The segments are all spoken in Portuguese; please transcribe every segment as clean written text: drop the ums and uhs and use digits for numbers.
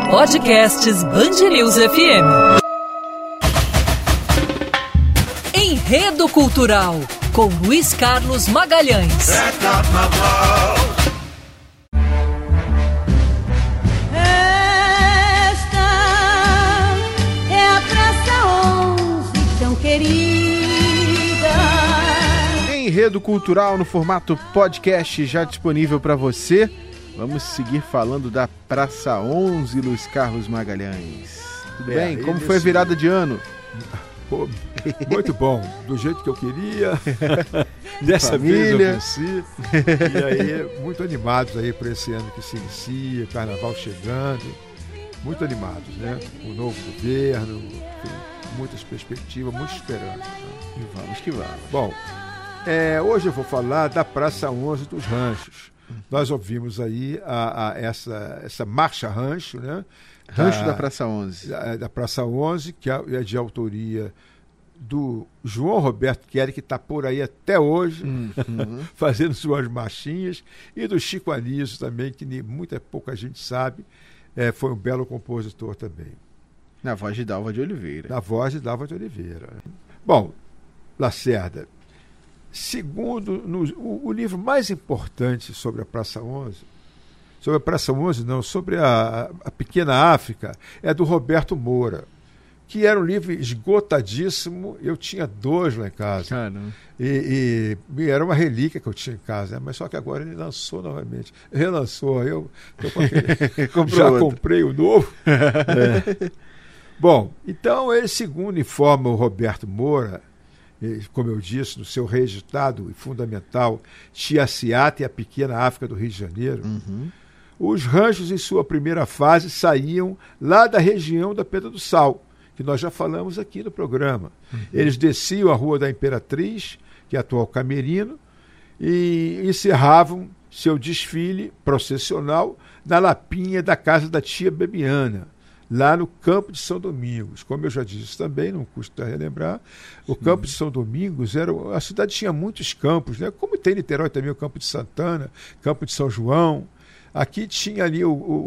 Podcasts Band-News FM. Enredo Cultural, com Luiz Carlos Magalhães. Esta é a Praça 11, tão querida. Enredo Cultural no formato podcast já disponível para você. Vamos seguir falando da Praça 11, Luiz Carlos Magalhães. Tudo bem? Como foi a virada de ano? Pô, muito bom, do jeito que eu queria. Dessa vez eu venci. E aí, muito animados aí para esse ano que se inicia, carnaval chegando. Muito animados, né? O novo governo, muitas perspectivas, muita esperança. Né? E vamos que vamos. Bom, hoje eu vou falar da Praça 11 dos Ranchos. Nós ouvimos aí essa marcha rancho, né? Rancho da Praça 11. Da Praça 11, que é de autoria do João Roberto Query, que está por aí até hoje, fazendo suas marchinhas, e do Chico Anísio também, que pouca gente sabe, foi um belo compositor também. Na voz de Dalva de Oliveira. Bom, Lacerda, segundo o livro mais importante sobre a Praça 11, sobre a Pequena África, é do Roberto Moura, que era um livro esgotadíssimo. Eu tinha 2 lá em casa. Caramba. E era uma relíquia que eu tinha em casa, né? Mas só que agora ele lançou novamente. Relançou, eu tô com aquele... já comprei o novo. Bom, então ele, segundo informa o Roberto Moura, como eu disse, no seu reeditado e fundamental Chiaciata e a Pequena África do Rio de Janeiro, os ranchos em sua primeira fase saíam lá da região da Pedra do Sal, que nós já falamos aqui no programa. Eles desciam a Rua da Imperatriz, que é a atual Camerino, e encerravam seu desfile processional na lapinha da casa da tia Bebiana, lá no Campo de São Domingos. Como eu já disse também, não custa relembrar, o Campo de São Domingos a cidade tinha muitos campos, né? Como tem em Niterói também o Campo de Santana, Campo de São João. Aqui tinha ali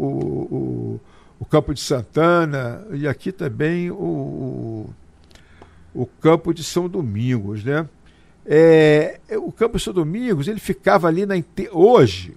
o Campo de Santana e aqui também o Campo de São Domingos, né? O Campo de São Domingos, ele ficava ali hoje,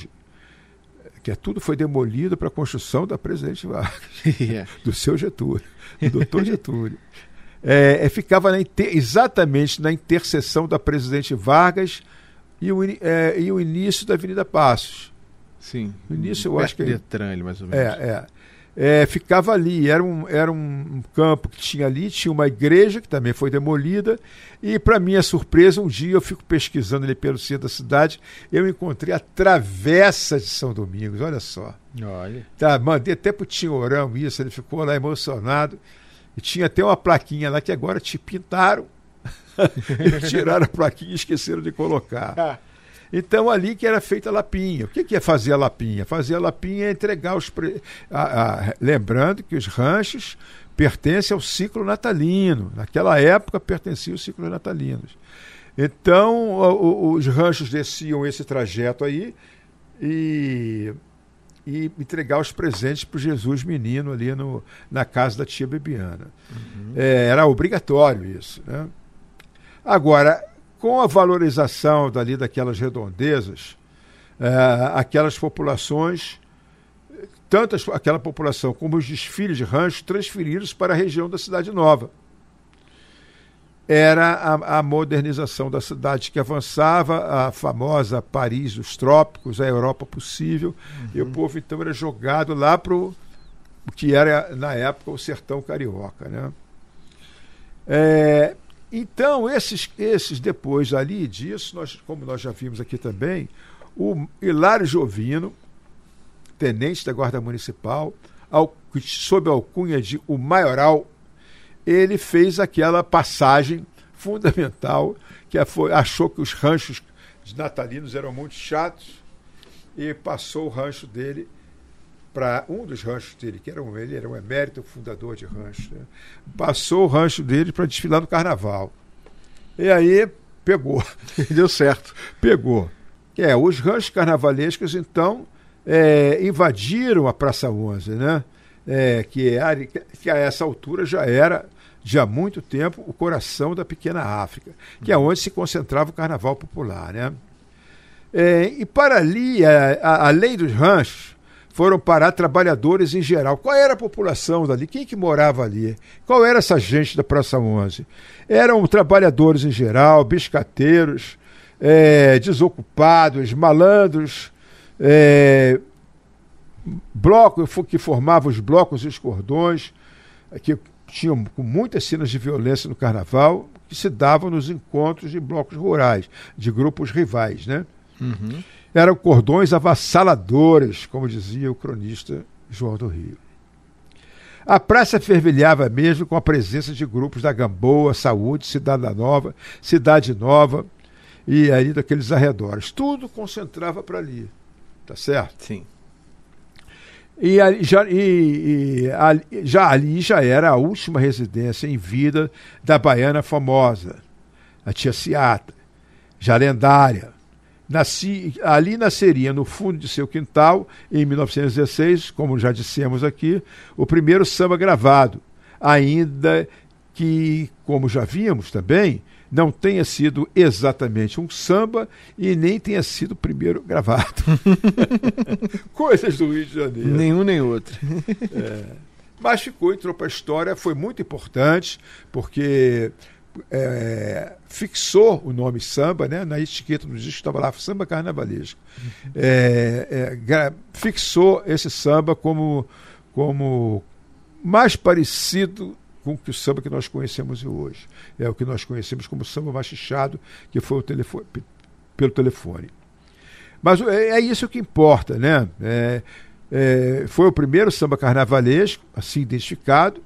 que tudo foi demolido para a construção da Presidente Vargas, do seu Getúlio, do doutor Getúlio. Ficava exatamente na interseção da Presidente Vargas e o início da Avenida Passos. Sim. No início, eu acho que... Detran, mais ou menos. Ficava ali, era um campo que tinha ali, tinha uma igreja que também foi demolida, e para minha surpresa, um dia eu fico pesquisando ali pelo centro da cidade, eu encontrei a Travessa de São Domingos, olha só. Olha. Tá, mandei até pro Tinhorão isso, ele ficou lá emocionado, e tinha até uma plaquinha lá que agora te pintaram, tiraram a plaquinha e esqueceram de colocar. Então, ali que era feita a lapinha. O que é fazer a lapinha? Fazer a lapinha é entregar lembrando que os ranchos pertencem ao ciclo natalino. Naquela época, pertenciam aos ciclos natalinos. Então, os ranchos desciam esse trajeto aí e entregar os presentes para o Jesus menino ali na casa da tia Bebiana. Era obrigatório isso, né? Agora, com a valorização daquelas redondezas, aquelas populações, tanto aquela população como os desfiles de ranchos, transferidos para a região da Cidade Nova. Era a modernização da cidade que avançava, a famosa Paris dos trópicos, a Europa possível, e o povo então era jogado lá para o que era, na época, o sertão carioca, né? Então, esses depois ali disso, como nós já vimos aqui também, o Hilário Jovino, tenente da Guarda Municipal, sob a alcunha de o Maioral, ele fez aquela passagem fundamental, que achou que os ranchos natalinos eram muito chatos, e passou o rancho dele para um dos ranchos dele, ele era um emérito fundador de rancho, né? Passou o rancho dele para desfilar no carnaval. E aí pegou. Deu certo. Pegou. Os ranchos carnavalescos, então, invadiram a Praça 11, né? que a essa altura já era, de há muito tempo, o coração da pequena África, que é onde se concentrava o carnaval popular, né? E para ali, além dos ranchos, foram parar trabalhadores em geral. Qual era a população dali? Quem que morava ali? Qual era essa gente da Praça 11? Eram trabalhadores em geral, biscateiros, desocupados, malandros, blocos que formavam os blocos e os cordões, que tinham com muitas cenas de violência no carnaval, que se davam nos encontros de blocos rurais, de grupos rivais, né? Uhum. Eram cordões avassaladores, como dizia o cronista João do Rio. A praça fervilhava mesmo com a presença de grupos da Gamboa, Saúde, Cidade Nova e ali daqueles arredores. Tudo concentrava para ali, tá certo? Sim. E ali já era a última residência em vida da baiana famosa, a tia Ciata, já lendária. Ali nasceria, no fundo de seu quintal, em 1916, como já dissemos aqui, o primeiro samba gravado, ainda que, como já vimos também, não tenha sido exatamente um samba e nem tenha sido o primeiro gravado. Coisas do Rio de Janeiro. Nenhum nem outro. Mas ficou, entrou para a história, foi muito importante, porque fixou o nome samba, né? Na etiqueta do disco estava lá samba carnavalesco. Fixou esse samba como mais parecido com o samba que nós conhecemos hoje. É o que nós conhecemos como samba machichado, que foi pelo telefone. Mas é isso que importa, né? Foi o primeiro samba carnavalesco, assim identificado,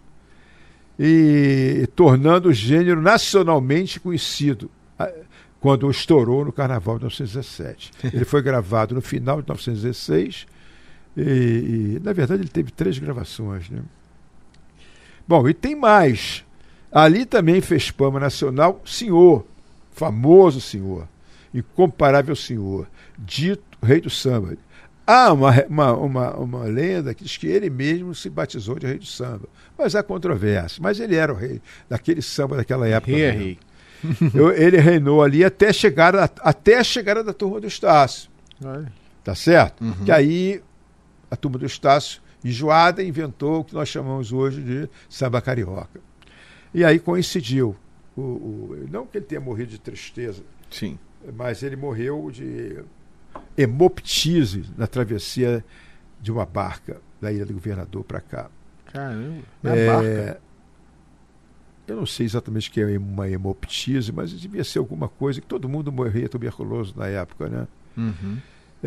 e tornando o gênero nacionalmente conhecido quando estourou no Carnaval de 1917. Ele foi gravado no final de 1916 e na verdade, ele teve 3 gravações, né? Bom, e tem mais. Ali também fez fama nacional senhor, famoso senhor, incomparável senhor, dito rei do samba. Há uma lenda que diz que ele mesmo se batizou de rei do samba. Mas há controvérsia. Mas ele era o rei daquele samba daquela época. Rei. Ele reinou ali até a chegada da turma do Estácio. Tá certo? Uhum. Que aí a turma do Estácio, enjoada, inventou o que nós chamamos hoje de samba carioca. E aí coincidiu. Não que ele tenha morrido de tristeza. Sim. Mas ele morreu de hemoptise na travessia de uma barca da Ilha do Governador para cá. Caramba, barca. Eu não sei exatamente o que é uma hemoptise, mas devia ser alguma coisa que todo mundo morria tuberculoso na época, né? Uhum.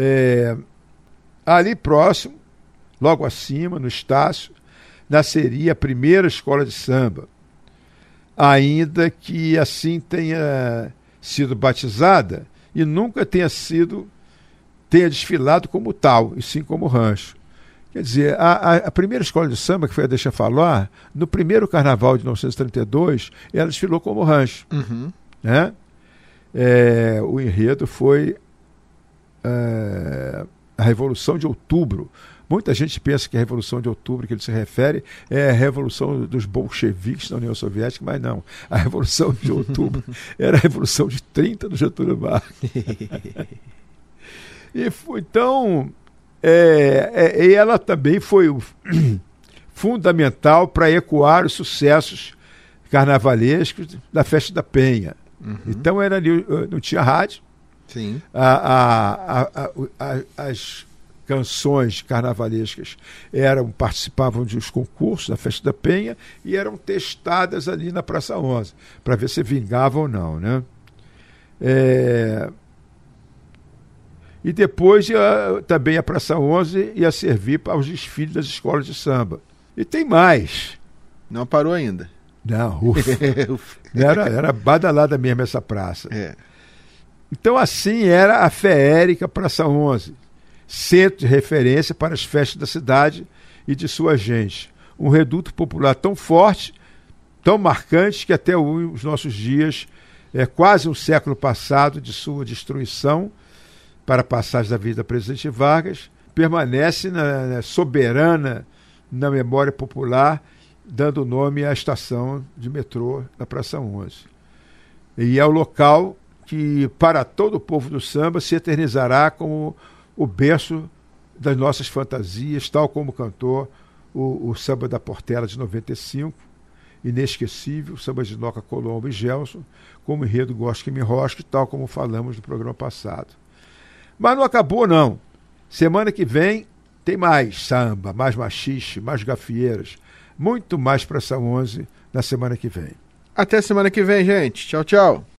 Ali próximo, logo acima, no Estácio, nasceria a primeira escola de samba, ainda que assim tenha sido batizada e nunca tenha desfilado como tal, e sim como rancho. Quer dizer, a primeira escola de samba, que foi a Deixa Falar, no primeiro carnaval de 1932, ela desfilou como rancho. Uhum. Né? O enredo foi a Revolução de Outubro. Muita gente pensa que a Revolução de Outubro que ele se refere é a Revolução dos bolcheviques na União Soviética, mas não. A Revolução de Outubro era a Revolução de 30 do Getúlio Vargas. Então, e ela também foi fundamental para ecoar os sucessos carnavalescos da Festa da Penha. Uhum. Então, não tinha rádio. Sim. As canções carnavalescas participavam dos concursos da Festa da Penha e eram testadas ali na Praça 11, para ver se vingavam ou não, né? E depois também a Praça 11 ia servir aos desfiles das escolas de samba. E tem mais. Não parou ainda. Não, era badalada mesmo essa praça. Então assim era a feérica Praça 11, centro de referência para as festas da cidade e de sua gente. Um reduto popular tão forte, tão marcante, que até os nossos dias, quase um século passado de sua destruição para a passagem da vida do presidente Vargas, permanece soberana na memória popular, dando nome à estação de metrô da Praça 11. E é o local que, para todo o povo do samba, se eternizará como o berço das nossas fantasias, tal como cantou o Samba da Portela de 95, inesquecível, Samba de Noca, Colombo e Gelson, como enredo Gosto que me rosque, tal como falamos no programa passado. Mas não acabou, não. Semana que vem tem mais samba, mais machixe, mais gafieiras, muito mais Praça 11 na semana que vem. Até semana que vem, gente. Tchau, tchau.